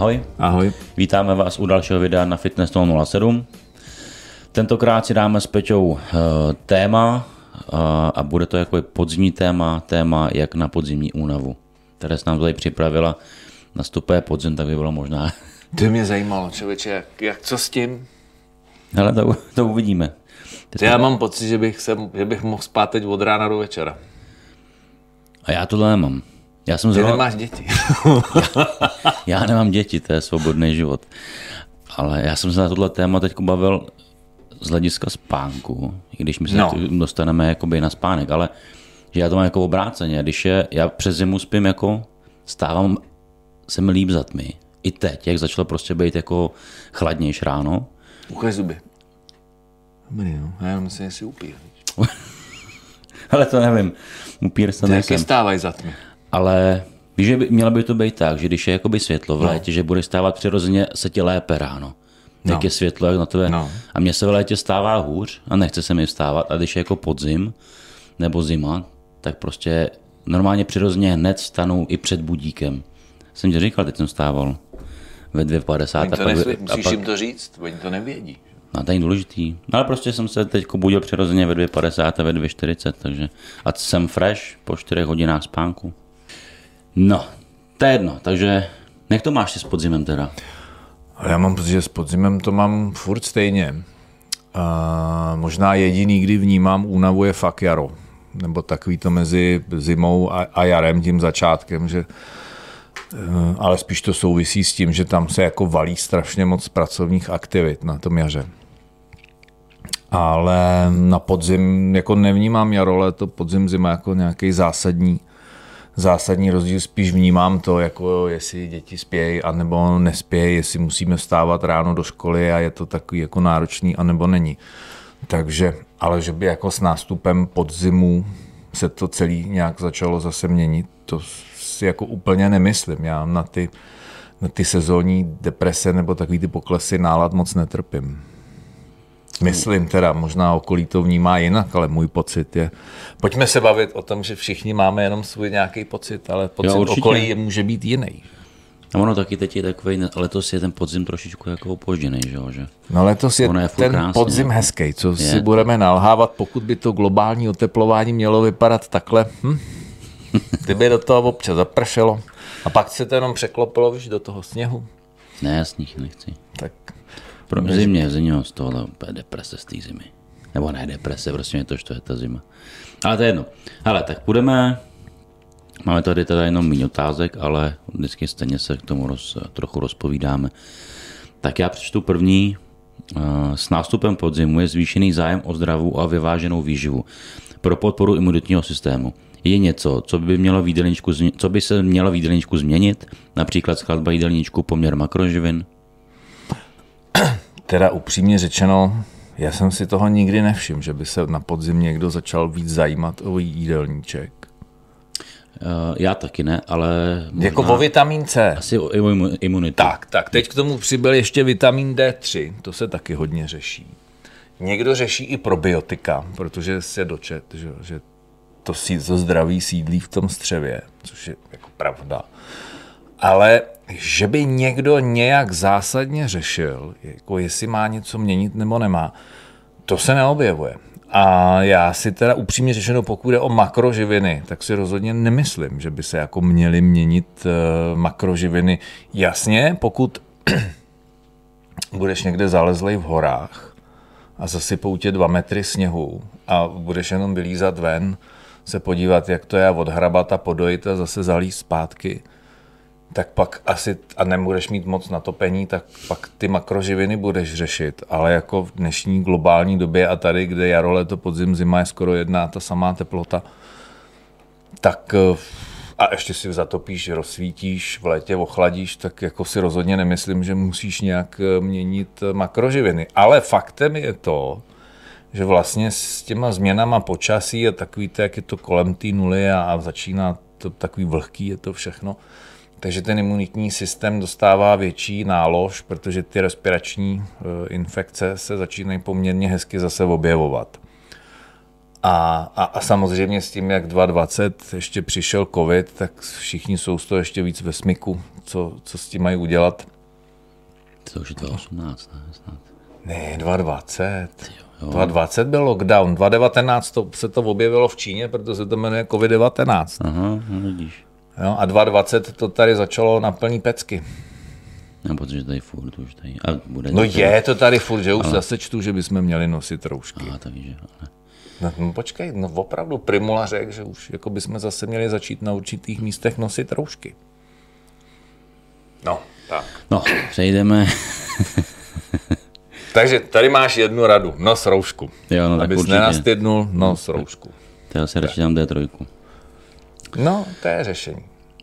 Ahoj. Ahoj. Vítáme vás u dalšího videa na Fitness 007. Tentokrát si dáme s Peťou téma a bude to jako podzimní téma jak na podzimní únavu. Které se nám tady připravila, nastupuje podzim, tak by bylo možná. To mě zajímalo, člověče, jak co s tím? Hele, to uvidíme. Já mám pocit, že bych mohl spát teď od rána do večera. A já tohle nemám. Ty nemáš děti. Já nemám děti, to je svobodný život. Ale já jsem se na tohle téma teď bavil z hlediska spánku, i když my se dostaneme jakoby na spánek, ale že já to mám jako obráceně. Já přes zimu spím stávám se mi líp za tmy. I teď, jak začalo prostě být jako chladnější ráno. Ukaž zuby. Dobrý, no. Já jenom myslím, jestli upír. Ale to nevím. Upír se nejsem. Taky stávají za tmy. Ale víš, že mělo by to být tak, že když je jakoby světlo v létě, že bude stávat přirozeně se ti lépe ráno. Jak je světlo, jak na tebe. A mně se v létě stává hůř a nechce se mi vstávat. A když je jako podzim nebo zima, tak prostě normálně přirozeně hned vstanou i před budíkem. Jsem ti říkal, teď jsem stával ve 2:50. Musíš jim to říct, oni to nevědí. No to je důležitý. No, ale prostě jsem se teď budil přirozeně ve 2:50 a ve 2:40, takže a jsem fresh po 4 hodinách spánku. No, to je jedno, takže jak to máš s podzimem teda? Já mám pocit, že s podzimem to mám furt stejně. Možná jediný, kdy vnímám únavu, je fakt jaro. Nebo takový to mezi zimou a jarem, tím začátkem, že ale spíš to souvisí s tím, že tam se jako valí strašně moc pracovních aktivit na tom jaře. Ale na podzim jako nevnímám jaro, ale to podzim zima jako nějaký zásadní rozdíl. Spíš vnímám to, jako jestli děti spějí anebo nespějí, jestli musíme vstávat ráno do školy a je to takový jako náročný anebo není. Takže, ale že by jako s nástupem podzimu se to celý nějak začalo zase měnit, to si jako úplně nemyslím. Já na ty sezónní deprese nebo takový ty poklesy nálad moc netrpím. Myslím teda, možná okolí to vnímá jinak, ale můj pocit je... Pojďme se bavit o tom, že všichni máme jenom svůj nějaký pocit, ale pocit okolí může být jiný. A ono taky teď je takový, letos je ten podzim trošičku jako opožděný, že? No letos je ten krásný, podzim hezký, co si budeme nalhávat, pokud by to globální oteplování mělo vypadat takhle. Kdyby do toho občas zapršelo a pak se to jenom překlopilo, víš, do toho sněhu. Ne, já sníh nechci. Tak... Pro zimě z toho deprese z té zimy. Nebo ne deprese, prostě mě to je ta zima. Ale to je jedno. Hele, tak půjdeme, máme tady teda jenom méně otázek, ale vždycky stejně se k tomu trochu rozpovídáme. Tak já přečtu první. S nástupem podzimu je zvýšený zájem o zdravou a vyváženou výživu pro podporu imunitního systému. Je něco, co by se mělo v jídelníčku změnit? Například skladba jídelníčku, poměr makroživin? Teda upřímně řečeno, já jsem si toho nikdy nevšiml, že by se na podzim někdo začal víc zajímat o jídelníček. Já taky ne, ale... Jako o vitamin C. Asi o imunitu. Tak, teď k tomu přibyl ještě vitamin D3, to se taky hodně řeší. Někdo řeší i probiotika, protože se dočet, že to zdraví sídlí v tom střevě, což je jako pravda. Ale že by někdo nějak zásadně řešil, jako jestli má něco měnit nebo nemá, to se neobjevuje. A já si teda upřímně řečeno, pokud jde o makroživiny, tak si rozhodně nemyslím, že by se jako měly měnit makroživiny. Jasně, pokud budeš někde zalezlej v horách a zasypou tě 2 metry sněhu a budeš jenom vylízat ven, se podívat, jak to je, odhrabat a podojit a zase zalízt zpátky, tak pak asi, a nebudeš mít moc natopení, tak pak ty makroživiny budeš řešit. Ale jako v dnešní globální době a tady, kde jaro, leto, podzim, zima je skoro jedna ta samá teplota, tak a ještě si zatopíš, rozsvítíš, v létě ochladíš, tak jako si rozhodně nemyslím, že musíš nějak měnit makroživiny. Ale faktem je to, že vlastně s těma změnama počasí a takový to, jak je to kolem té nuly a začíná to takový vlhký, je to všechno, takže ten imunitní systém dostává větší nálož, protože ty respirační infekce se začínají poměrně hezky zase objevovat. A samozřejmě s tím, jak 2020 ještě přišel covid, tak všichni jsou z toho ještě víc ve smyku, co s tím mají udělat. To už je 2018, ne? Snad. Ne, 2020. 2020 byl lockdown, 2019 se to objevilo v Číně, protože se to jmenuje COVID-19. Aha, no vidíš. Jo, a 2020 to tady začalo na plný pecky. Já protože tady furt už tady. A bude No je to tady furt, že už zase čtu, že bychom měli nosit roušky. Aha, takže ale. No, počkej, no opravdu Primula řekl, že už jako bychom zase měli začít na určitých místech nosit roušky. No, tak. No, přejdeme. Takže tady máš jednu radu, nos roušku. Jo, no, tak abys určitě. nenastydnul, nos roušku. To já se radši dám D3. No, to je řešení.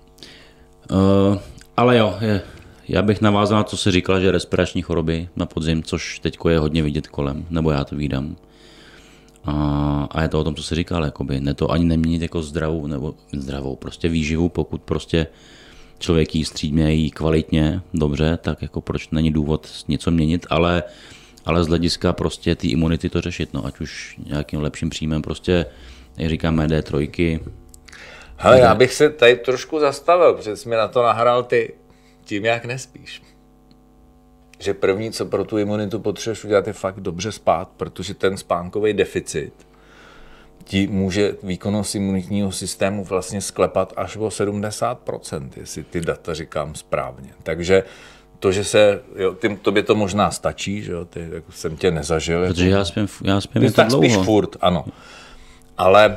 Ale jo, já bych navázal na to, co jsi říkala, že respirační choroby na podzim, což teďko je hodně vidět kolem, nebo já to vídám. A je to o tom, co jsi říkal, jakoby, ne to ani neměnit jako zdravou, prostě výživu, pokud prostě člověk jí střídmě, jí kvalitně, dobře, tak jako proč není důvod něco měnit, ale z hlediska prostě té imunity to řešit, no, ať už nějakým lepším příjmem, prostě, jak říkáme, D3. Hele, já bych se tady trošku zastavil, protože jsi mi na to nahrál ty tím, jak nespíš. Že první, co pro tu imunitu potřebuješ udělat, je fakt dobře spát, protože ten spánkový deficit ti může výkonnost imunitního systému vlastně sklepat až o 70%, jestli ty data říkám správně. Takže to, že se, jo, tobě to možná stačí, že jo, ty, jako jsem tě nezažil. Protože jako, já spím ty to tak dlouho. spíš furt, ano. Ale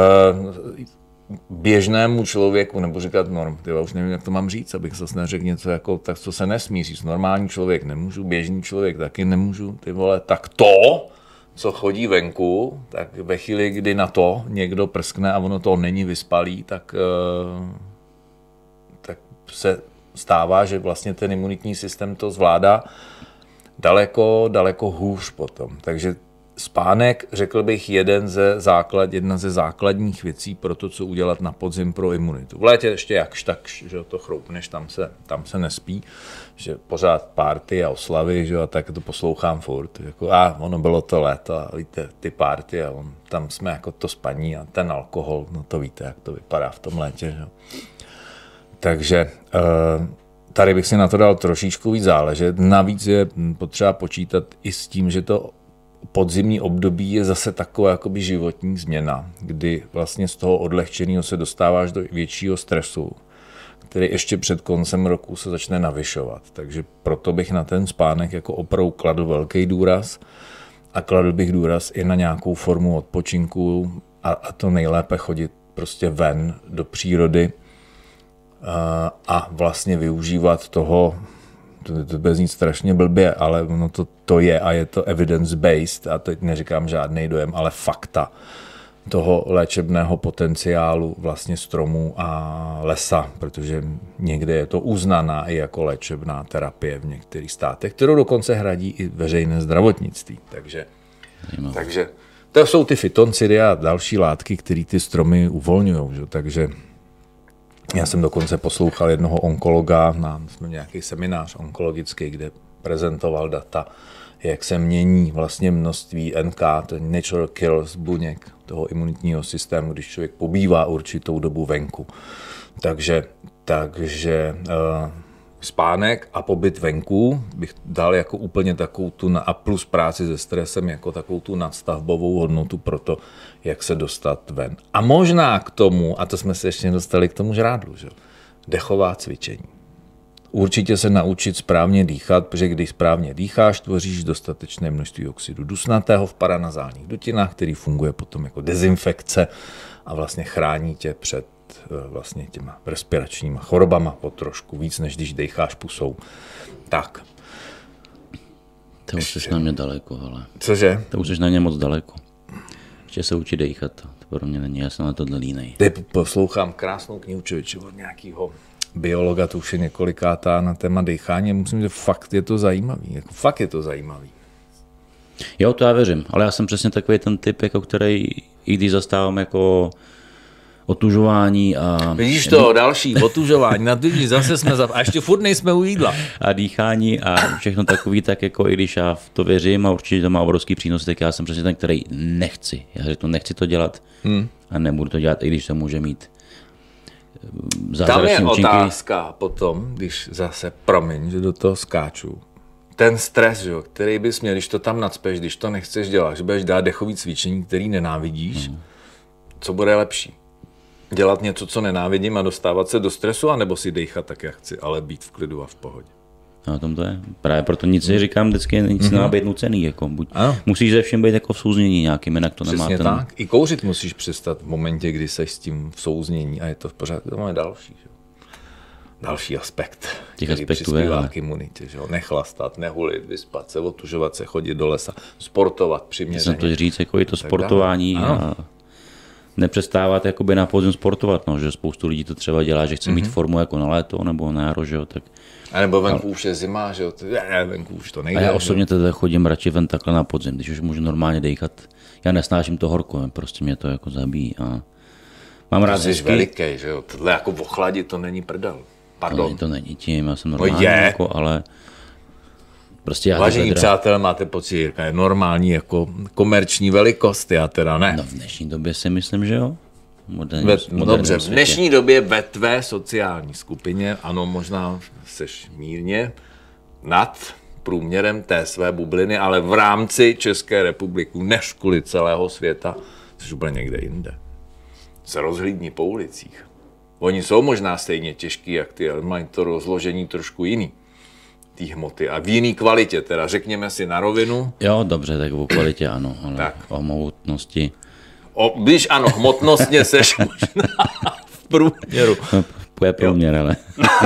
běžnému člověku, nebo říkat norm, já už nevím, jak to mám říct, abych zase neřekl něco jako, tak co se nesmí říct, normální člověk nemůžu, běžný člověk taky nemůžu, ty vole, tak to, co chodí venku, tak ve chvíli, kdy na to někdo prskne a ono to není vyspalý, tak se stává, že vlastně ten imunitní systém to zvládá daleko hůř potom. Takže spánek, řekl bych, jedna ze základních věcí pro to, co udělat na podzim pro imunitu. V létě ještě jakž tak, že to chroupneš, tam se nespí, že pořád party a oslavy, že a tak to poslouchám furt. Jako, ono bylo to léto a víte, ty party a tam jsme jako to spaní a ten alkohol, no to víte, jak to vypadá v tom létě. Že? Takže tady bych si na to dal trošičku víc záležet. Navíc je potřeba počítat i s tím, že to podzimní období je zase taková jakoby životní změna, kdy vlastně z toho odlehčeného se dostáváš do většího stresu, který ještě před koncem roku se začne navyšovat. Takže proto bych na ten spánek jako opravdu kladl velký důraz a kladl bych důraz i na nějakou formu odpočinku a to nejlépe chodit prostě ven do přírody a vlastně využívat toho, to bez nic strašně blbě, ale ono to je a je to evidence-based a teď neříkám žádný dojem, ale fakta toho léčebného potenciálu vlastně stromů a lesa, protože někde je to uznaná i jako léčebná terapie v některých státech, kterou dokonce hradí i veřejné zdravotnictví. Takže to jsou ty fytoncidy a další látky, které ty stromy uvolňují. Takže já jsem dokonce poslouchal jednoho onkologa na nějaký seminář onkologický, kde prezentoval data, jak se mění vlastně množství NK, ten natural killers buněk toho imunitního systému, když člověk pobývá určitou dobu venku. Takže spánek a pobyt venku bych dal jako úplně takovou tu a plus práci se stresem jako takovou tu nadstavbovou hodnotu pro to, jak se dostat ven. A možná k tomu, a to jsme se ještě dostali k tomu žrádlu, že? Dechová cvičení. Určitě se naučit správně dýchat, protože když správně dýcháš, tvoříš dostatečné množství oxidu dusnatého v paranazálních dutinách, který funguje potom jako dezinfekce a vlastně chrání tě před vlastně těma respiračníma chorobama po trošku víc, než když dejcháš pusou. Tak. To už jsi na mě daleko, ale. Cože? To už jsi na mě moc daleko. Ještě se učit dejchat, to pro mě není, já jsem na tohle línej. Teď poslouchám krásnou knihu člověče od nějakého biologa, to už je několikátá na téma dechání. Myslím, že fakt je to zajímavý. Jako fakt je to zajímavý. Jo, to já věřím, ale já jsem přesně takový ten typ, jako který, i když zastávám jako otužování a... Vidíš to, další otužování, na ty zase jsme a ještě furt nejsme u jídla. A dýchání a všechno takový, tak jako i když já v to věřím a určitě to má obrovský přínos, tak já jsem přesně ten, který nechci. Já řeknu, nechci to dělat a nebudu to dělat, i když to může mít tam je účinky. Otázka potom, když zase, promiň, že do toho skáču, ten stres, jo, který bys měl, když to tam nacpeš, když to nechceš dělat, že budeš dát dechový cvičení, který nenávidíš, co bude lepší? Dělat něco, co nenávidím a dostávat se do stresu, anebo si dejchat tak, jak chci, ale být v klidu a v pohodě. No, tom to je. Právě proto nic si říkám, vždycky nic nemá být nucený. Jako. Musíš ze všem být jako v souznění nějakým, jinak to nemá Přesně ten... tak. I kouřit musíš přestat v momentě, kdy jsi s tím v souznění a je to v pořádku. To máme další. Že? Další aspekt, Těch který aspektů přispívá je, k imunitě. Že? Nechlastat, nehulit, vyspat se, otužovat se, chodit do lesa, sportovat přiměřeně. Jsem to říct, jako i to sportování a nepřestávat jakoby na podzim sportovat, no, že spoustu lidí to třeba dělá, že chce mít formu jako na léto nebo na jaro, že jo, tak... A nebo venku už je zima, že jo, venku už to nejde. A já osobně teda chodím radši ven takhle na podzim, když už můžu normálně dejchat. Já nesnáším to horko, prostě mě to jako zabíjí a mám rád Jsi velikej, že jo, tohle jako v ochladě to není prdel. Pardon. No, to není tím, já jsem normální, jako, ale prostě já... Vážení přátelé, máte pocit, Jirka je normální jako komerční velikost, já teda ne. No v dnešní době si myslím, že jo. Dobře, v dnešní době ve tvé sociální skupině, ano, možná seš mírně nad průměrem té své bubliny, ale v rámci České republiky, než kvůli celého světa, jsi úplně někde jinde. Se rozhlídni po ulicích. Oni jsou možná stejně těžký, jak ty, ale mají to rozložení trošku jiný. Té hmoty a v jiný kvalitě, teda řekněme si na rovinu. Jo, dobře, tak o kvalitě ano, ale tak. O mohutnosti. Když ano, hmotnostně seš možná v průměru. Je průměr, ale.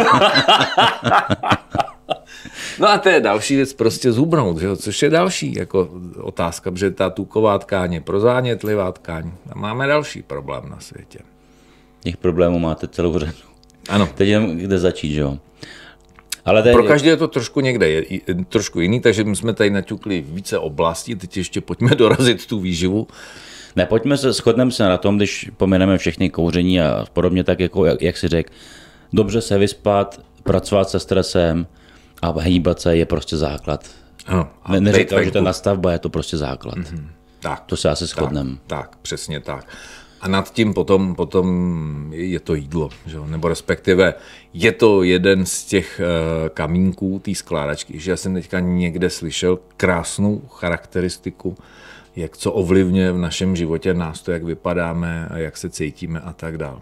No a to je další věc, prostě zhubnout, že jo? Což je další jako otázka, protože ta tuková tkáň je prozánětlivá tkáň. A máme další problém na světě. Těch problémů máte celou řadu. Ano. Teď jen kde začít, že jo? Ale tady... Pro každý je to trošku někde trošku jiný, takže my jsme tady naťukli více oblastí, teď ještě pojďme dorazit tu výživu. Ne, shodneme se na tom, když pomeneme všechny kouření a podobně, tak jako, jak si řekl, dobře se vyspat, pracovat se stresem a hýbat se je prostě základ. Ano. Neříkám, že ta nastavba je to prostě základ. Tak. To se asi shodneme. Tak, přesně tak. A nad tím potom je to jídlo, že? Nebo respektive je to jeden z těch kamínků té skládačky, že já jsem teďka někde slyšel krásnou charakteristiku, jak co ovlivňuje v našem životě nás to, jak vypadáme a jak se cítíme a tak dále.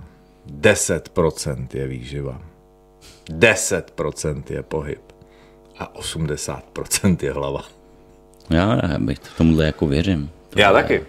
10% je výživa, 10% je pohyb a 80% je hlava. Já bych tomuhle jako věřím. Já taky.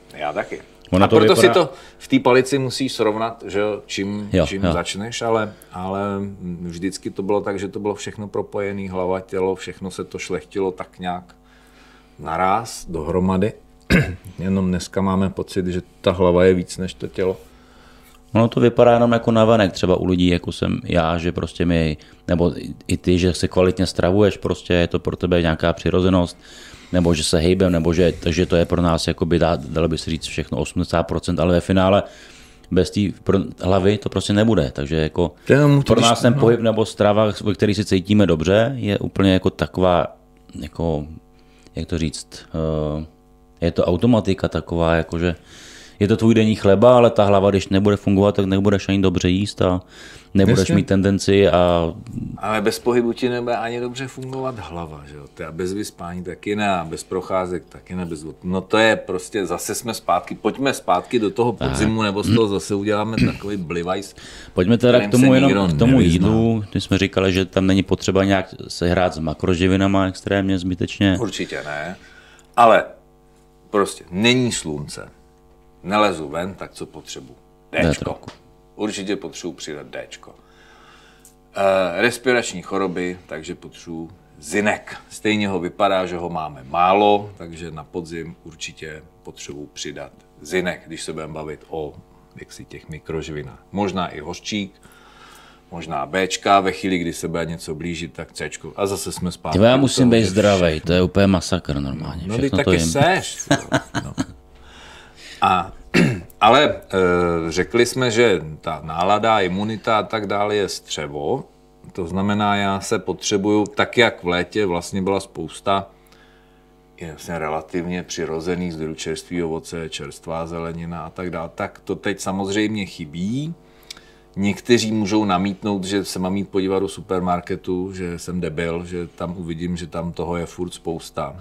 A proto si to v té palici musíš srovnat, že čím začneš, ale vždycky to bylo tak, že to bylo všechno propojené, hlava, tělo, všechno se to šlechtilo tak nějak naráz dohromady. Jenom dneska máme pocit, že ta hlava je víc než to tělo. Ono to vypadá jenom jako navenek, třeba u lidí, jako jsem já, že prostě nebo i ty, že se kvalitně stravuješ, prostě je to pro tebe nějaká přirozenost, nebo že se hejbem, nebo že to je pro nás, jakoby, dalo by se říct všechno 80%, ale ve finále bez té hlavy to prostě nebude, takže jako pro nás ten pohyb nebo strava, ve který si cítíme dobře, je úplně jako taková, jako, jak to říct, je to automatika taková, jakože je to tvůj denní chleba, ale ta hlava, když nebude fungovat, tak nebudeš ani dobře jíst a nebudeš mít tendenci a... Ale bez pohybu ti nebude ani dobře fungovat hlava, že jo? A bez vyspání taky ne, a bez procházek taky ne, no to je prostě, zase jsme zpátky, pojďme zpátky do toho podzimu, nebo z toho zase uděláme takový blivajs. Pojďme teda k tomu jídlu, když jsme říkali, že tam není potřeba nějak se hrát s makroživinama extrémně zbytečně. Určitě ne, ale prostě není slunce. Nelezu ven, tak co potřebuji? Déčko. Určitě potřebuji přidat Déčko. Respirační choroby, takže potřebuji zinek. Stejně ho vypadá, že ho máme málo, takže na podzim určitě potřebuji přidat zinek, když se budeme bavit o těch mikroživinách. Možná i hořčík, možná Bčka, ve chvíli, kdy se bude něco blížit, tak Cčko. A zase jsme zpátky. Já musím být zdravej, to je úplně masakr normálně. No ty taky seš. No. Ale řekli jsme, že ta nálada, imunita a tak dále je střevo. To znamená, já se potřebuju, tak jak v létě vlastně byla spousta vlastně relativně přirozených zdrojů, čerstvý ovoce, čerstvá zelenina a tak dále, tak to teď samozřejmě chybí. Někteří můžou namítnout, že se mám jít podívat do supermarketu, že jsem debil, že tam uvidím, že tam toho je furt spousta.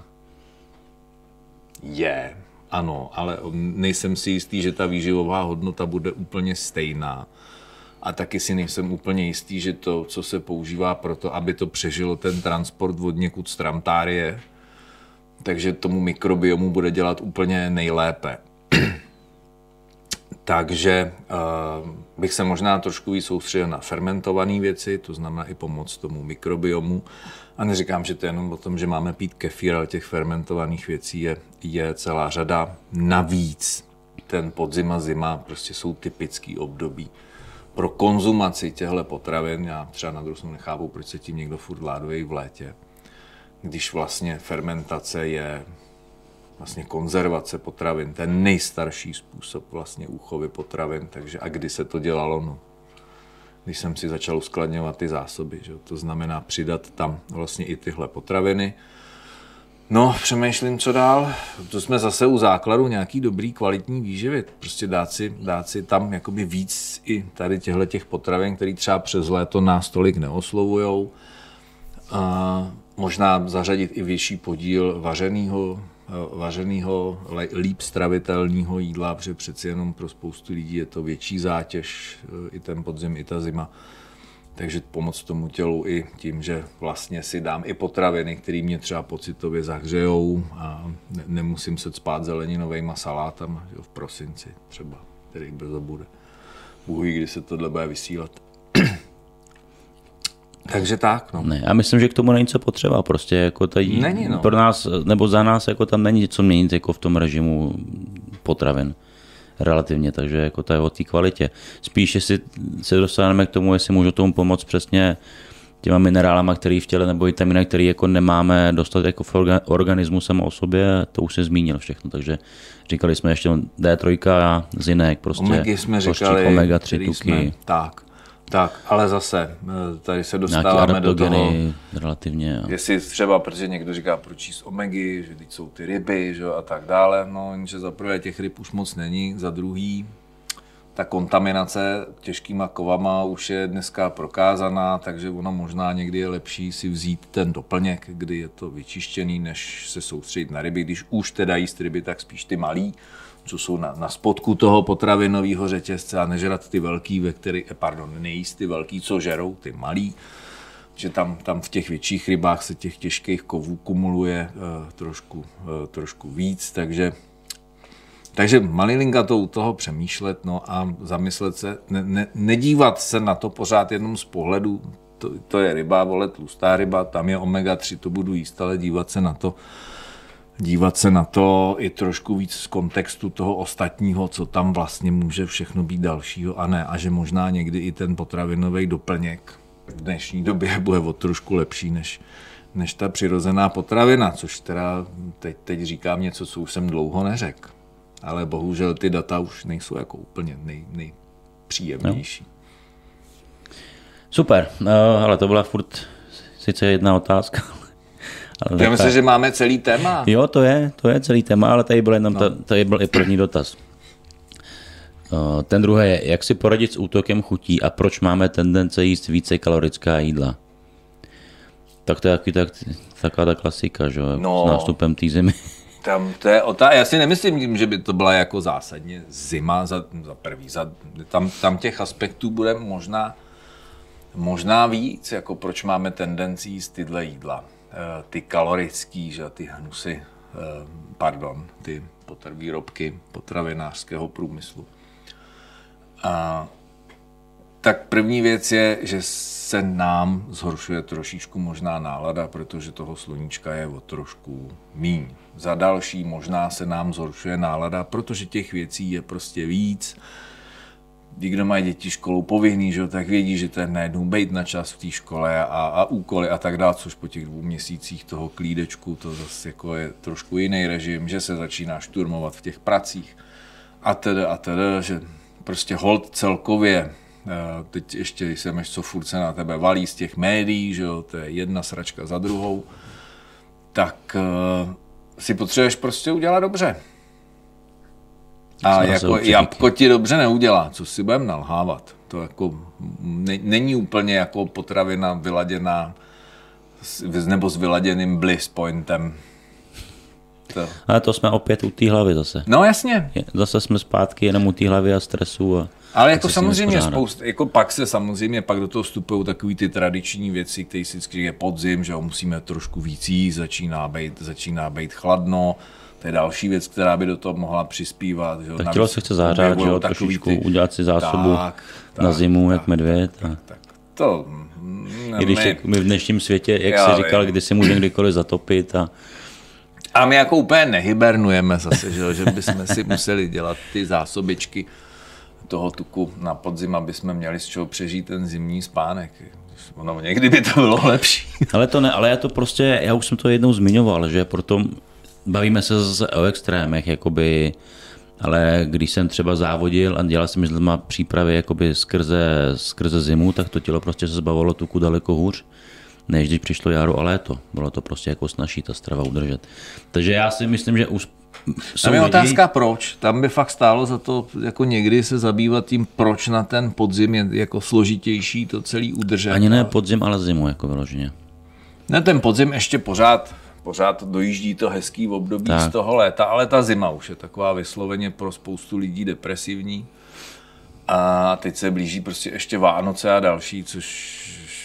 Ano, ale nejsem si jistý, že ta výživová hodnota bude úplně stejná. A taky si nejsem úplně jistý, že to, co se používá pro to, aby to přežilo ten transport od někud z tramtárie, takže tomu mikrobiomu bude dělat úplně nejlépe. Takže bych se možná trošku víc soustředil na fermentované věci, to znamená i pomoc tomu mikrobiomu. A neříkám, že to je jenom o tom, že máme pít kefír, ale těch fermentovaných věcí je celá řada. Navíc ten podzim a zima prostě jsou typický období pro konzumaci těchto potravin. Já třeba na druhou stranu nechápu, proč se tím někdo furt ládoví v létě, když vlastně fermentace je vlastně konzervace potravin, ten nejstarší způsob vlastně úchovy potravin, takže a kdy se to dělalo, no, když jsem si začal uskladňovat ty zásoby, že? To znamená přidat tam vlastně i tyhle potraviny. No, přemýšlím, co dál, to jsme zase u základu nějaký dobrý kvalitní výživy, prostě dát si tam jakoby víc i tady těch potravin, které třeba přes léto nás tolik neoslovujou. A možná zařadit i větší podíl vařeného, líp stravitelného jídla, protože přeci jenom pro spoustu lidí je to větší zátěž, i ten podzim, i ta zima. Takže pomoct tomu tělu i tím, že vlastně si dám i potraviny, které mě třeba pocitově zahřejou a nemusím se cpát zeleninovejma salátama, v prosinci třeba, který brzo bude. Bůh ví, kdy se tohle bude vysílat. Takže tak, no. Ne, já myslím, že k tomu není co potřeba, prostě jako tady není, no. Pro nás, nebo za nás, jako tam není co měnit jako v tom režimu potravin relativně, takže jako to je o té kvalitě. Spíš, jestli se dostaneme k tomu, jestli můžu tomu pomoct přesně těma minerálama, který v těle, nebo vitaminy, který jako nemáme dostat jako v organismu samo o sobě, to už se zmínil všechno, takže říkali jsme ještě D3 a zinek, prostě omegy jsme říkali, omega 3 tuky. Tak, ale zase, tady se dostáváme do toho, relativně. Jestli třeba, protože někdo říká, proč jíst omegy, že teď jsou ty ryby, že, a tak dále, no, jenže za prvé těch ryb už moc není, za druhý, ta kontaminace těžkýma kovama už je dneska prokázaná, takže ono možná někdy je lepší si vzít ten doplněk, kdy je to vyčištěný, než se soustředit na ryby, když už teda jíst ryby, tak spíš ty malý, co jsou na spodku toho potravinového řetězce a nežrat ty velký, nejíst ty velký, co žerou, ty malý, že tam v těch větších rybách se těch těžkých kovů kumuluje trošku víc, takže malilinka to u toho přemýšlet, no a zamyslet se, nedívat se na to pořád jenom z pohledu, to je ryba, vole, tlustá ryba, tam je omega 3, to budu jíst, ale dívat se na to i trošku víc z kontextu toho ostatního, co tam vlastně může všechno být dalšího a ne, a že možná někdy i ten potravinový doplněk v dnešní době bude o trošku lepší než ta přirozená potravina, což teda teď říkám něco, co už jsem dlouho neřekl. Ale bohužel ty data už nejsou jako úplně nejpříjemnější. No. Super, ale to byla furt sice jedna otázka. Já myslím, že máme celý téma. Jo, to je celý téma, ale tady byl jenom tady byl i první dotaz. Ten druhý je, jak si poradit s útokem chutí a proč máme tendence jíst více kalorická jídla? Tak to je taková ta klasika, že? S nástupem té zimy. Já si nemyslím, že by to byla jako zásadně zima za prvý. Tam těch aspektů bude možná víc, jako proč máme tendenci jíst tyhle jídla. Ty kalorický, že ty hnusy, ty výrobky potravinářského průmyslu. Tak první věc je, že se nám zhoršuje trošičku možná nálada, protože toho sluníčka je o trošku míň. Za další možná se nám zhoršuje nálada, protože těch věcí je prostě víc. Kdo mají děti školou povinný, že, tak vědí, že to je najednou bejt na čas v té škole a úkoly a tak dále, což po těch 2 měsících toho klídečku to zase jako je trošku jiný režim, že se začíná šturmovat v těch pracích a teda, že prostě hold celkově, teď ještě jsem co furt se na tebe valí z těch médií, že jo, to je jedna sračka za druhou, tak si potřebuješ prostě udělat dobře. A jako jabko ti dobře neudělá, co si budeme nalhávat. To jako není úplně jako potravina vyladěná nebo s vyladěným bliss pointem. To. Ale to jsme opět u té hlavy zase. No jasně. Zase jsme zpátky jenom u té hlavy a stresu. Ale jako samozřejmě jako pak se samozřejmě pak do toho vstupují takový ty tradiční věci, které si vždycky je podzim, že musíme trošku víc jíst, začíná být chladno. To je další věc, která by do toho mohla přispívat. Že? Tak tělo se chce zahřát, že jo, trošičku udělat si zásobu na zimu, jak medvěd. Tak. To... I když my v dnešním světě, jak jsi říkal, kdy si můžeme kdykoliv zatopit. A my jako úplně nehibernujeme zase, že bychom si museli dělat ty zásobičky toho tuku na podzim, aby jsme měli z čeho přežít ten zimní spánek. No, někdy by to bylo lepší. Ale já to prostě, já už jsem to jednou zmiňoval, že proto bavíme se zase o extrémech, jakoby, ale když jsem třeba závodil a dělal jsem s lidma přípravy jakoby skrze zimu, tak to tělo prostě se zbavilo tuku daleko hůř, než když přišlo jaro a léto. Bylo to prostě jako snazší ta strava udržet. Takže já si myslím, že už tam je otázka proč. Tam by fakt stálo za to jako někdy se zabývat tím, proč na ten podzim je jako složitější to celý udržet. Ani ne podzim, ale zimu jako vyloženě. Ne, ten podzim ještě pořád dojíždí to hezký období tak. Z toho léta, ale ta zima už je taková vysloveně pro spoustu lidí depresivní. A teď se blíží prostě ještě Vánoce a další, což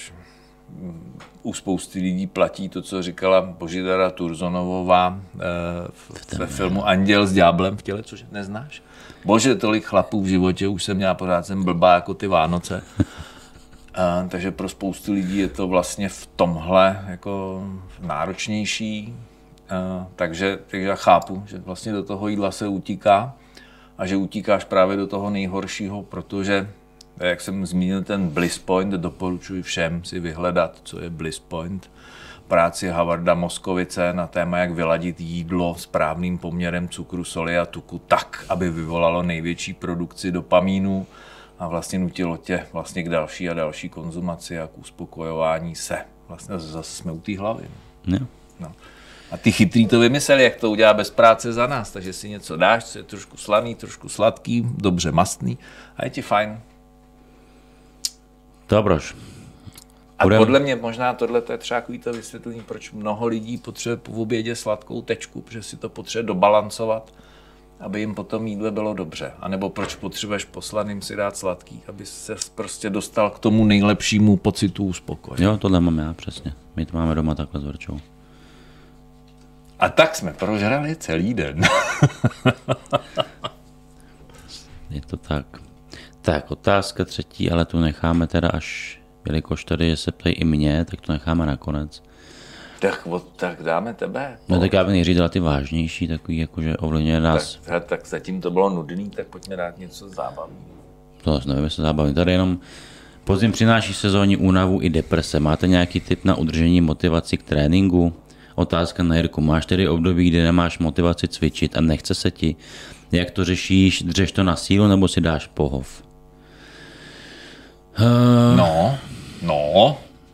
u spousty lidí platí to, co říkala Božidara Turzonovová ve filmu Anděl s ďáblem v těle, což neznáš? Bože, tolik chlapů v životě, už pořád jsem blbá jako ty Vánoce. Takže pro spoustu lidí je to vlastně v tomhle jako náročnější. Takže já chápu, že vlastně do toho jídla se utíká a že utíkáš právě do toho nejhoršího, protože jak jsem zmínil ten Bliss Point, doporučuji všem si vyhledat, co je Bliss Point. Práci Howarda Moskovice na téma, jak vyladit jídlo správným poměrem cukru, soli a tuku tak, aby vyvolalo největší produkci dopamínu a vlastně nutilo tě vlastně k další a další konzumaci a k uspokojování se. Vlastně zase jsme u té hlavy. No. A ty chytrý to vymysleli, jak to udělá bez práce za nás. Takže si něco dáš, co je trošku slaný, trošku sladký, dobře mastný a je ti fajn. Dobroš. A podle mě možná tohle je třeba to vysvětlení, proč mnoho lidí potřebuje po obědě sladkou tečku, protože si to potřebuje dobalancovat, aby jim potom jídle bylo dobře. A nebo proč potřebuješ poslaným si dát sladký, aby se prostě dostal k tomu nejlepšímu pocitu uspokoje. Jo, tohle mám já přesně. My to máme doma takhle s Verčou. A tak jsme prožrali celý den. Je to tak. Tak, otázka třetí, ale tu necháme teda až, jelikož tady se ptají i mě, tak to necháme nakonec. Tak dáme tebe. No tak já bych nejdřív dala ty vážnější, takový jakože ovlivňuje nás. Tak zatím to bylo nudný, tak pojďme dát něco zábavného. To nevím, jestli zábavný. Tady jenom podzim přináší sezónní únavu i deprese. Máte nějaký tip na udržení motivaci k tréninku? Otázka na Jirku. Máš tedy období, kdy nemáš motivaci cvičit a nechce se ti? Jak to řešíš? Dřeš to na sílu nebo si dáš pohov? No.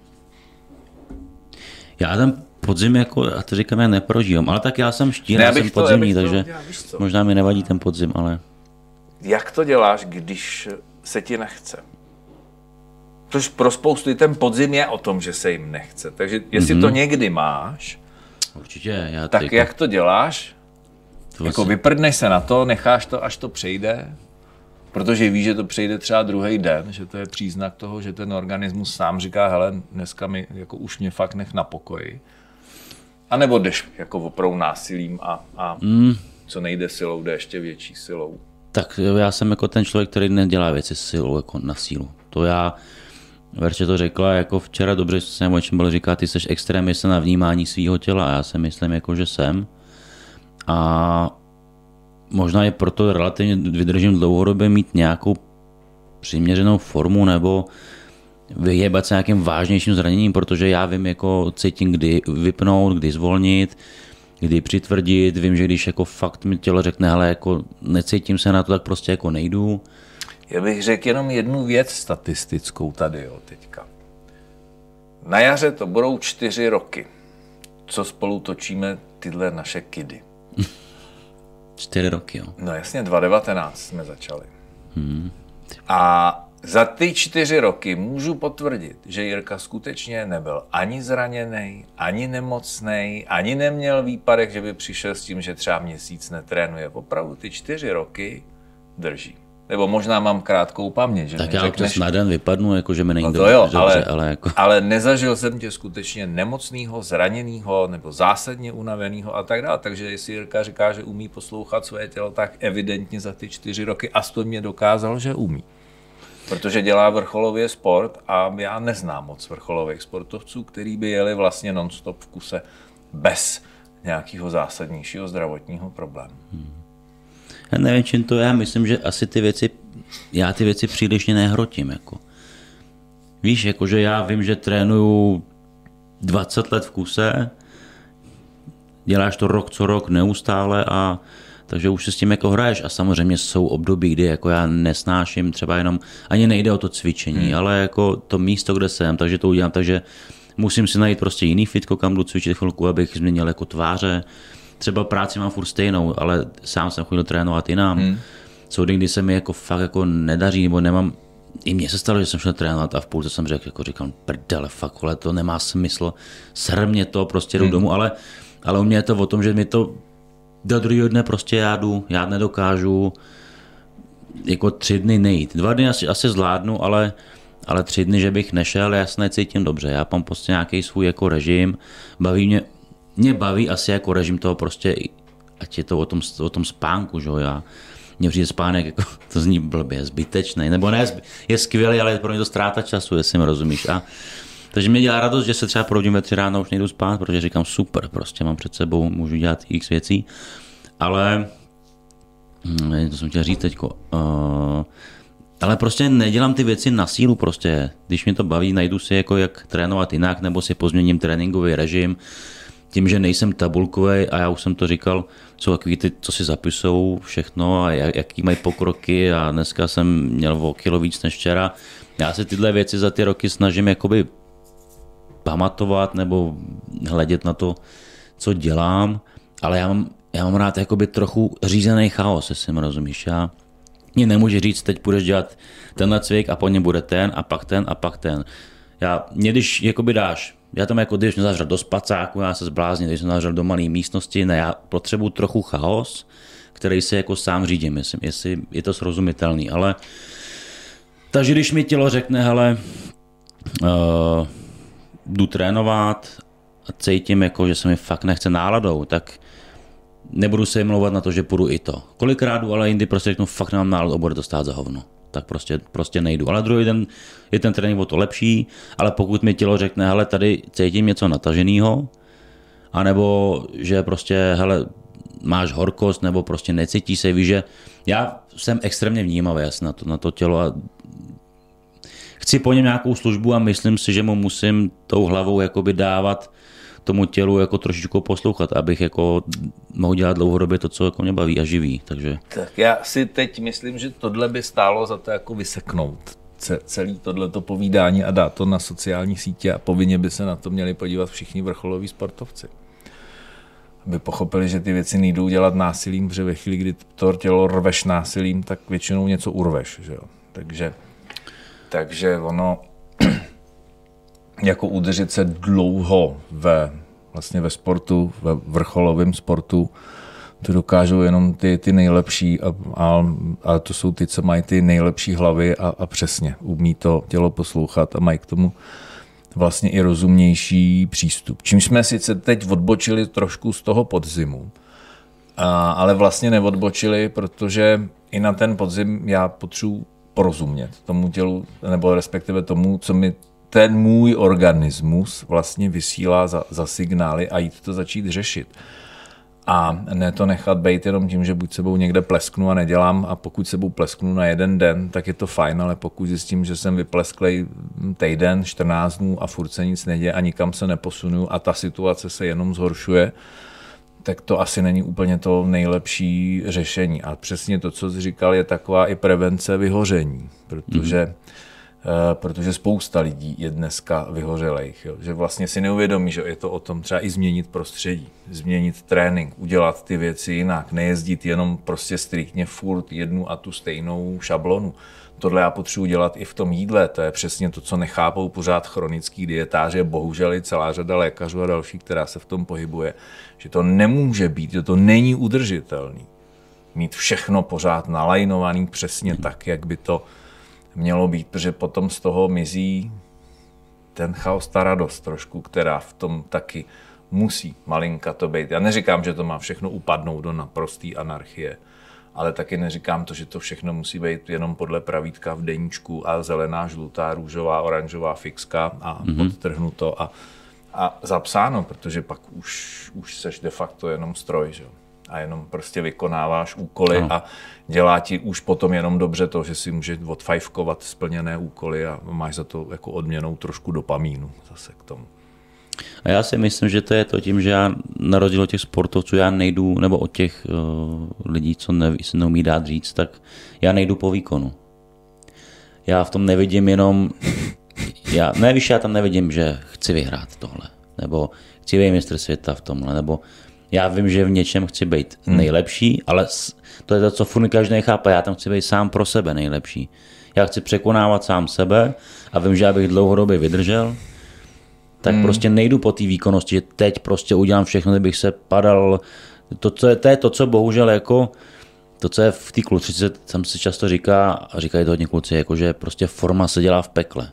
Já ten podzim jako, a to říkám, já neprožívám, ale tak já jsem štír, jsem podzimní, takže možná mi nevadí ten podzim, ale... Jak to děláš, když se ti nechce? Protože pro spoustu ten podzim je o tom, že se jim nechce, takže jestli to někdy máš, určitě, tak jak to děláš? Jako vyprdneš se na to, necháš to, až to přejde? Protože víš, že to přejde třeba druhý den, že to je příznak toho, že ten organismus sám říká, hele, dneska mi, jako už mě fakt nech na pokoji. A nebo jdeš jako opravdu násilím a co nejde silou, jde ještě větší silou. Tak já jsem jako ten člověk, který nedělá věci silou, jako na sílu. To já, Verče to řekla, jako včera dobře jsem o čem byl říká, ty jsi extrémista na vnímání svého těla a já si myslím, jako, že jsem. A možná je proto relativně vydržím dlouhodobě mít nějakou přiměřenou formu nebo vyhýbat se nějakým vážnějším zraněním, protože já vím, jako cítím, kdy vypnout, kdy zvolnit, kdy přitvrdit, vím, že když jako fakt mi tělo řekne, hele, jako necítím se na to, tak prostě jako nejdu. Já bych řekl jenom jednu věc statistickou tady, jo, teďka. Na jaře to budou 4 roky, co spolu točíme tyhle naše kidy. 4 roky, jo. No jasně, 2019 jsme začali. A za ty 4 roky můžu potvrdit, že Jirka skutečně nebyl ani zraněný, ani nemocnej, ani neměl výpadek, že by přišel s tím, že třeba měsíc netrénuje. Opravdu ty 4 roky drží. Nebo možná mám krátkou paměť. Že tak já občas na den vypadnu, jako že mi není dobře, ale jako... ale nezažil jsem tě skutečně nemocného, zraněného nebo zásadně unaveného a tak dále. Takže jestli Jirka říká, že umí poslouchat své tělo, tak evidentně za ty 4 roky aspoň mě dokázal, že umí. Protože dělá vrcholově sport a já neznám moc vrcholových sportovců, který by jeli vlastně non-stop v kuse bez nějakého zásadnějšího zdravotního problému. Já nevím, čím to je, já myslím, že asi já ty věci přílišně nehrotím. Jako. Víš, jakože já vím, že trénuju 20 let v kuse, děláš to rok co rok neustále a takže už se s tím jako hraješ a samozřejmě jsou období, kdy jako já nesnáším třeba jenom, ani nejde o to cvičení, ale jako to místo, kde jsem, takže to udělám, takže musím si najít prostě jiný fitko, kam jdu cvičit chvilku, abych změnil jako tváře. Třeba práci mám furt stejnou, ale sám jsem chodil trénovat jinam. Jsou dny, kdy se mi jako fakt jako nedaří, nebo nemám, i mně se stalo, že jsem šel trénovat a v půlce jsem říkal, prdele, fakt, ale to nemá smysl, ser mě to, prostě jdu domů, ale u mě je to o tom, že mi to do druhého dne prostě já nedokážu jako 3 dny nejít. 2 dny asi zvládnu, ale 3 dny, že bych nešel, já se necítím dobře. Já mám prostě nějaký svůj jako režim, mě baví asi jako režim toho prostě, ať je to o tom spánku, že jo, mně přijde spánek, jako, to zní blbě, zbytečný, nebo ne, je skvělý, ale pro mě to ztráta času, jestli mi rozumíš. Takže mě dělá radost, že se třeba probudím ve 3 ráno, už nejdu spát, protože říkám super, prostě mám před sebou, můžu dělat x věcí, ale to jsem chtěl říct teďko, ale prostě nedělám ty věci na sílu prostě, když mě to baví, najdu si jako jak trénovat jinak, nebo si pozměním tréninkový režim, tím, že nejsem tabulkový a já už jsem to říkal, jsou takový ty, co si zapisou všechno a jaký mají pokroky a dneska jsem měl o kilo víc než včera. Já se tyhle věci za ty roky snažím jakoby pamatovat nebo hledět na to, co dělám, ale já mám rád jakoby trochu řízený chaos, jestli mi rozumíš. Mě nemůže říct, teď půjdeš dělat tenhle cvik a po něm bude ten a pak ten a pak ten. Mě když jakoby dáš, já tam jako když mě zavřel do spacáku, já se zblázním, když jsem zavřel do malé místnosti, ne, já potřebuji trochu chaos, který si jako sám řídím, jestli je to srozumitelný, ale takže když mi tělo řekne, hele, jdu trénovat a cítím, jako, že se mi fakt nechce náladou, tak nebudu se mlouvat na to, že půjdu i to. Kolikrát jdu, ale jindy prostě řeknu, fakt nemám náladu a bude to stát za hovno. Tak prostě nejdu. Ale druhý den je ten trénink o to lepší, ale pokud mi tělo řekne, hele, tady cítím něco nataženého, anebo že prostě, hele, máš horkost, nebo prostě necítíš se, víš, že já jsem extrémně vnímavý na to tělo a chci po něm nějakou službu a myslím si, že mu musím tou hlavou jakoby dávat tomu tělu jako trošičku poslouchat, abych jako mohl dělat dlouhodobě to, co jako mě baví a živí. Takže... Tak já si teď myslím, že tohle by stálo za to jako vyseknout. Celý tohleto povídání a dát to na sociální sítě a povinně by se na to měli podívat všichni vrcholoví sportovci. Aby pochopili, že ty věci nejdou dělat násilím, protože ve chvíli, kdy to tělo rveš násilím, tak většinou něco urveš. Že jo? Takže ono jako udržet se dlouho vlastně ve sportu, ve vrcholovém sportu, to dokážou jenom ty nejlepší a to jsou ty, co mají ty nejlepší hlavy a přesně umí to tělo poslouchat a mají k tomu vlastně i rozumnější přístup. Čím jsme sice teď odbočili trošku z toho podzimu, ale vlastně neodbočili, protože i na ten podzim já potřebuji porozumět tomu tělu, nebo respektive tomu, co mi ten můj organismus vlastně vysílá za signály a jít to začít řešit. A ne to nechat být jenom tím, že buď sebou někde plesknu a nedělám a pokud sebou plesknu na 1 den, tak je to fajn, ale pokud zjistím, že jsem vyplesklej týden, 14 dnů a furt se nic neděje a nikam se neposunu a ta situace se jenom zhoršuje, tak to asi není úplně to nejlepší řešení. A přesně to, co jsi říkal, je taková i prevence vyhoření, protože protože spousta lidí je dneska vyhořelejch, jo? Že vlastně si neuvědomí, že je to o tom třeba i změnit prostředí, změnit trénink, udělat ty věci jinak, nejezdit jenom prostě striktně furt jednu a tu stejnou šablonu. Tohle já potřebuji dělat i v tom jídle, to je přesně to, co nechápou pořád chronický dietáře, bohužel i celá řada lékařů a dalších, která se v tom pohybuje, že to nemůže být, že to není udržitelný. Mít všechno pořád nalajnovaný přesně tak, jak by to mělo být, protože potom z toho mizí ten chaos, ta radost trošku, která v tom taky musí malinka to být. Já neříkám, že to má všechno upadnout do naprosté anarchie, ale taky neříkám to, že to všechno musí být jenom podle pravítka v deníčku a zelená, žlutá, růžová, oranžová fixka a podtrhnuto a zapsáno, protože pak už seš de facto jenom stroj, že? A jenom prostě vykonáváš úkoly a dělá ti už potom jenom dobře to, že si můžeš odfajfkovat splněné úkoly a máš za to jako odměnou trošku dopamínu zase k tomu. A já si myslím, že to je to tím, že já na rozdíl od těch sportovců já nejdu, nebo od těch lidí, co si neumí dát říct, tak já nejdu po výkonu. Já v tom nevidím jenom, já tam nevidím, že chci vyhrát tohle, nebo chci být mistr světa v tomhle, nebo já vím, že v něčem chci být nejlepší, ale to je to, co furt každý chápe, já tam chci být sám pro sebe nejlepší. Já chci překonávat sám sebe a vím, že abych dlouhodobě vydržel, tak prostě nejdu po té výkonnosti, že teď prostě udělám všechno, kdybych se padal. To je to, co bohužel jako, to, co je v té klučice, tam se často říká, a říkají to hodně kluci, jako že prostě forma se dělá v pekle.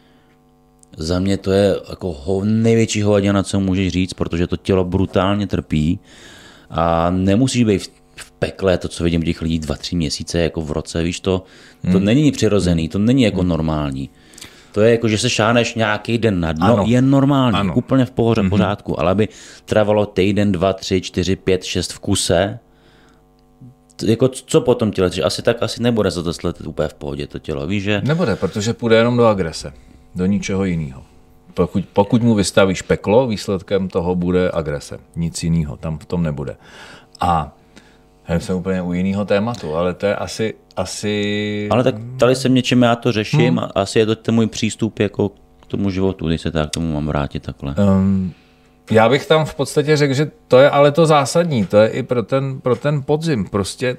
Za mě to je jako největší hovadina, co můžeš říct, protože to tělo brutálně trpí a nemusíš být v pekle, to, co vidím těch lidí 2-3 měsíce jako v roce, víš, to není přirozený, to není jako normální. To je jako, že se šáneš nějaký den na dno, je normální, úplně v pořádku, ale aby trvalo týden, 2, 3, 4, 5, 6 v kuse, jako co potom těle, že asi nebude za to sletet úplně v pohodě to tělo, víš, že? Nebude, protože půjde jenom do agrese, do ničeho jiného. Pokud mu vystavíš peklo, výsledkem toho bude agrese, nic jiného tam v tom nebude. A já jsem úplně u jiného tématu, ale to je asi... Ale tak tady jsem něčím, já to řeším a asi je to ten můj přístup jako k tomu životu, když se tak k tomu mám vrátit takhle. Já bych tam v podstatě řekl, že to je ale to zásadní, to je i pro ten podzim. Prostě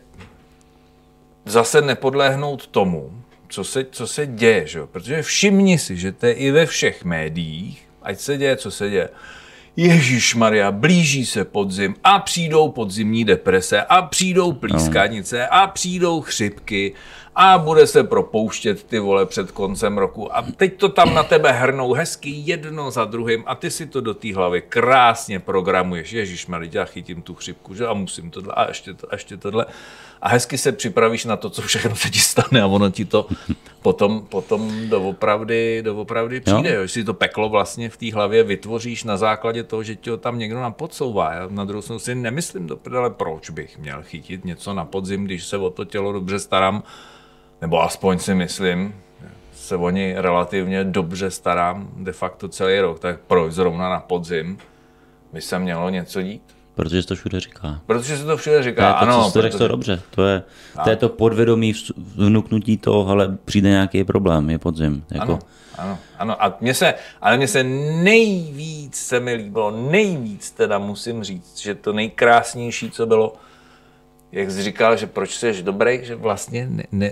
zase nepodléhnout tomu, co se děje, že? Protože všimni si, že to je i ve všech médiích, ať se děje, co se děje. Ježišmarja, blíží se podzim a přijdou podzimní deprese a přijdou plískanice a přijdou chřipky a bude se propouštět ty vole před koncem roku a teď to tam na tebe hrnou hezky jedno za druhým a ty si to do té hlavy krásně programuješ. Ježišmarja, já chytím tu chřipku, že a musím tohle a ještě tohle. A hezky se připravíš na to, co všechno se ti stane a ono ti to potom doopravdy přijde. Jo? Že si to peklo vlastně v té hlavě vytvoříš na základě toho, že ti ho tam někdo napodsouvá. Já na druhou stranu si nemyslím do prdele, proč bych měl chytit něco na podzim, když se o to tělo dobře starám, nebo aspoň si myslím, se o něj relativně dobře starám de facto celý rok, tak proč zrovna na podzim by se mělo něco dít? Protože se to všude říká. Protože se to všude říká, ano. To řekl to dobře, to je to podvědomí vnuknutí toho, ale přijde nějaký problém, je podzim. Jako. Ano. A mně se nejvíc se mi líbilo, teda musím říct, že to nejkrásnější, co bylo, jak jsi říkal, že proč jsi dobrý, že vlastně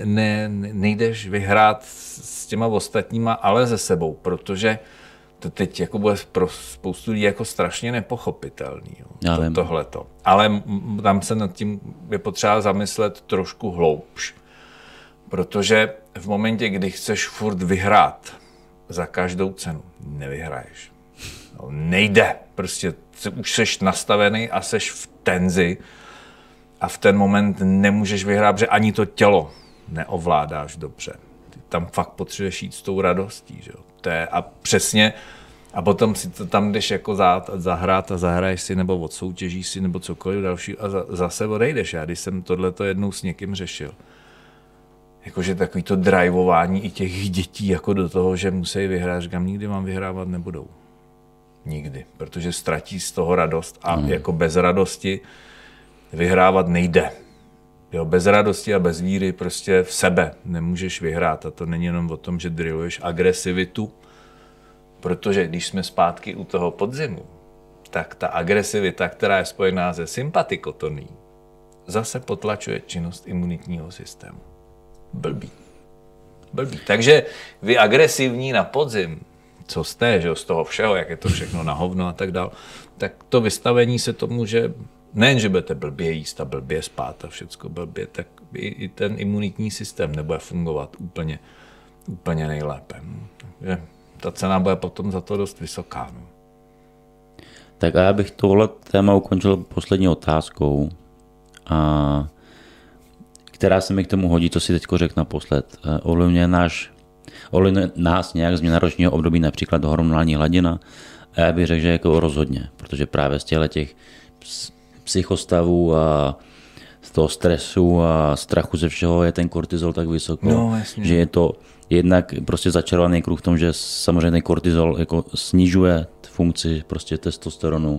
nejdeš vyhrát s těma ostatníma, ale se sebou, protože to teď jako bude pro spoustu lidí jako strašně nepochopitelný. Tohleto. Ale tam se nad tím je potřeba zamyslet trošku hloubš. Protože v momentě, kdy chceš furt vyhrát za každou cenu, nevyhraješ. No, nejde. Prostě už seš nastavený a seš v tenzi a v ten moment nemůžeš vyhrát, protože ani to tělo neovládáš dobře. Ty tam fakt potřebuješ jít s tou radostí. Že? A přesně, a potom si to tam jdeš jako zahrát a zahraješ si, nebo odsoutěžíš si, nebo cokoliv další a zase odejdeš. Já když jsem tohleto jednou s někým řešil, jakože takový to drivování i těch dětí jako do toho, že musí vyhrát, říkám, nikdy vám vyhrávat nebudou. Nikdy, protože ztratí z toho radost a jako bez radosti vyhrávat nejde. Jo, bez radosti a bez víry prostě v sebe nemůžeš vyhrát. A to není jenom o tom, že drilluješ agresivitu, protože když jsme zpátky u toho podzimu, tak ta agresivita, která je spojená se sympatikotonií, zase potlačuje činnost imunitního systému. Blbý. Takže vy agresivní na podzim, co jste, že z toho všeho, jak je to všechno na hovno a tak dál, tak to vystavení se tomu, že nejen, že budete blbě jíst a blbě spát a všecko blbě, tak i ten imunitní systém nebude fungovat úplně nejlépe. Takže ta cena bude potom za to dost vysoká. No. Tak a já bych tohle téma ukončil poslední otázkou, která se mi k tomu hodí, co si teď řekl naposled. Ovlivňuje nás nějak změna ročního období, například hormonální hladina? A já bych řekl, že jako rozhodně, protože právě z těch psychostavů a z toho stresu a strachu ze všeho je ten kortizol tak vysoko, že je to jednak prostě začarovaný kruh v tom, že samozřejmě ten kortizol jako snižuje funkci prostě testosteronu.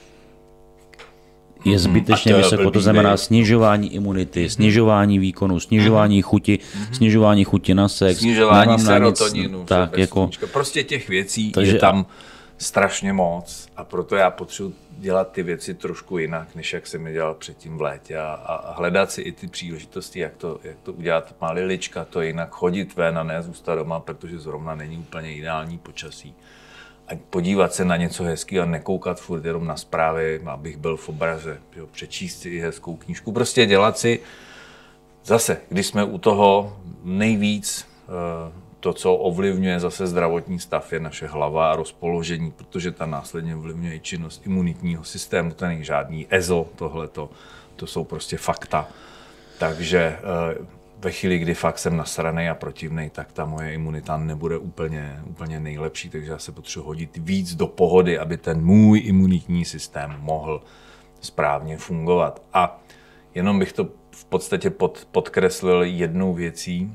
Je zbytečně vysoko, to znamená snižování imunity, snižování výkonu, snižování chuti, snižování chuti na sex, snižování serotoninu, tak jako prostě těch věcí je tam strašně moc a proto já potřebuji dělat ty věci trošku jinak, než jak jsem je dělal předtím v létě a hledat si i ty příležitosti, jak to udělat. Má lilička to jinak, chodit ven a ne zůstat doma, protože zrovna není úplně ideální počasí. A podívat se na něco hezkého a nekoukat furt jenom na zprávy, abych byl v obraze, jo, přečíst si hezkou knížku, prostě dělat si zase, když jsme u toho nejvíc, to, co ovlivňuje zase zdravotní stav, je naše hlava a rozpoložení, protože ta následně ovlivňuje i činnost imunitního systému, to není žádný EZO, tohleto, to jsou prostě fakta. Takže ve chvíli, kdy fakt jsem nasranej a protivnej, tak ta moje imunita nebude úplně nejlepší, takže já se potřebuji hodit víc do pohody, aby ten můj imunitní systém mohl správně fungovat. A jenom bych to v podstatě podkreslil jednou věcí.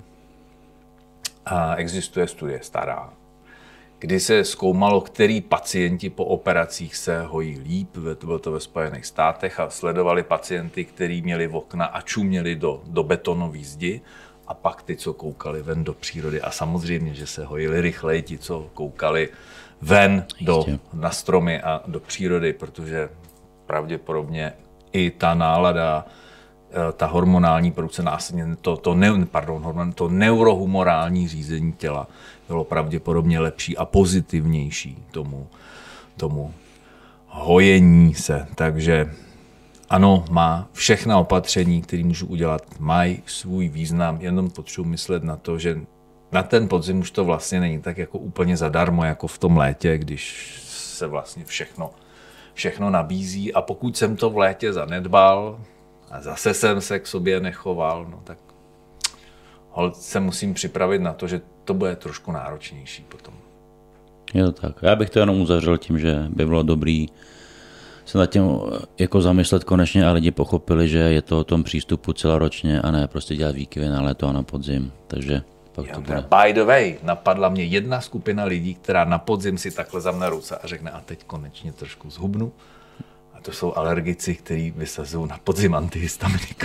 A existuje studie stará, kdy se zkoumalo, který pacienti po operacích se hojí líp, bylo to ve Spojených státech, a sledovali pacienty, kteří měli okna a čuměli do betonové zdi, a pak ty, co koukali ven do přírody. A samozřejmě, že se hojili rychleji ti, co koukali ven na stromy a do přírody, protože pravděpodobně i ta nálada, ta hormonální produkce následně, to neurohumorální řízení těla bylo pravděpodobně lepší a pozitivnější tomu hojení se. Takže ano, má všechna opatření, které můžu udělat, mají svůj význam, jenom potřebuji myslet na to, že na ten podzim už to vlastně není tak jako úplně zadarmo, jako v tom létě, když se vlastně všechno nabízí, a pokud jsem to v létě zanedbal, a zase jsem se k sobě nechoval, no tak holt se musím připravit na to, že to bude trošku náročnější potom. Je to tak. Já bych to jenom uzavřel tím, že by bylo dobrý se nad tím jako zamyslet konečně a lidi pochopili, že je to o tom přístupu celoročně a ne prostě dělat výkyvy na léto a na podzim. Takže pak to bude. By the way, napadla mě jedna skupina lidí, která na podzim si takhle zamne ruce a řekne, a teď konečně trošku zhubnu. To jsou alergici, kteří vysazují na podzim antihistaminika.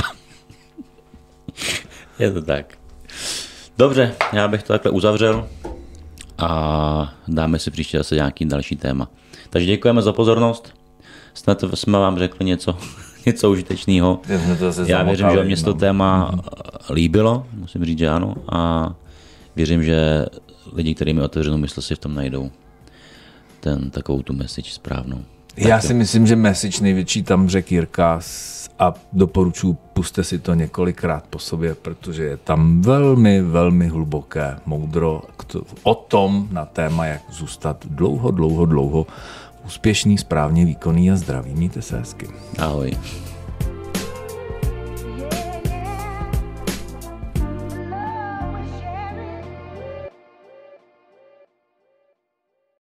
Je to tak. Dobře, já bych to takhle uzavřel a dáme si příště zase nějaký další téma. Takže děkujeme za pozornost. Snad jsme vám řekli něco užitečného. Já věřím, že mě to téma líbilo, musím říct, že ano. A věřím, že lidi, kteří mi otevřenou mysl, si v tom najdou takovou tu message správnou. Já si myslím, že message největší tam řekl Jirka a doporučuji, puste si to několikrát po sobě, protože je tam velmi, velmi hluboké moudro o tom na téma, jak zůstat dlouho úspěšný, správně výkonný a zdravý. Mějte se hezky. Ahoj.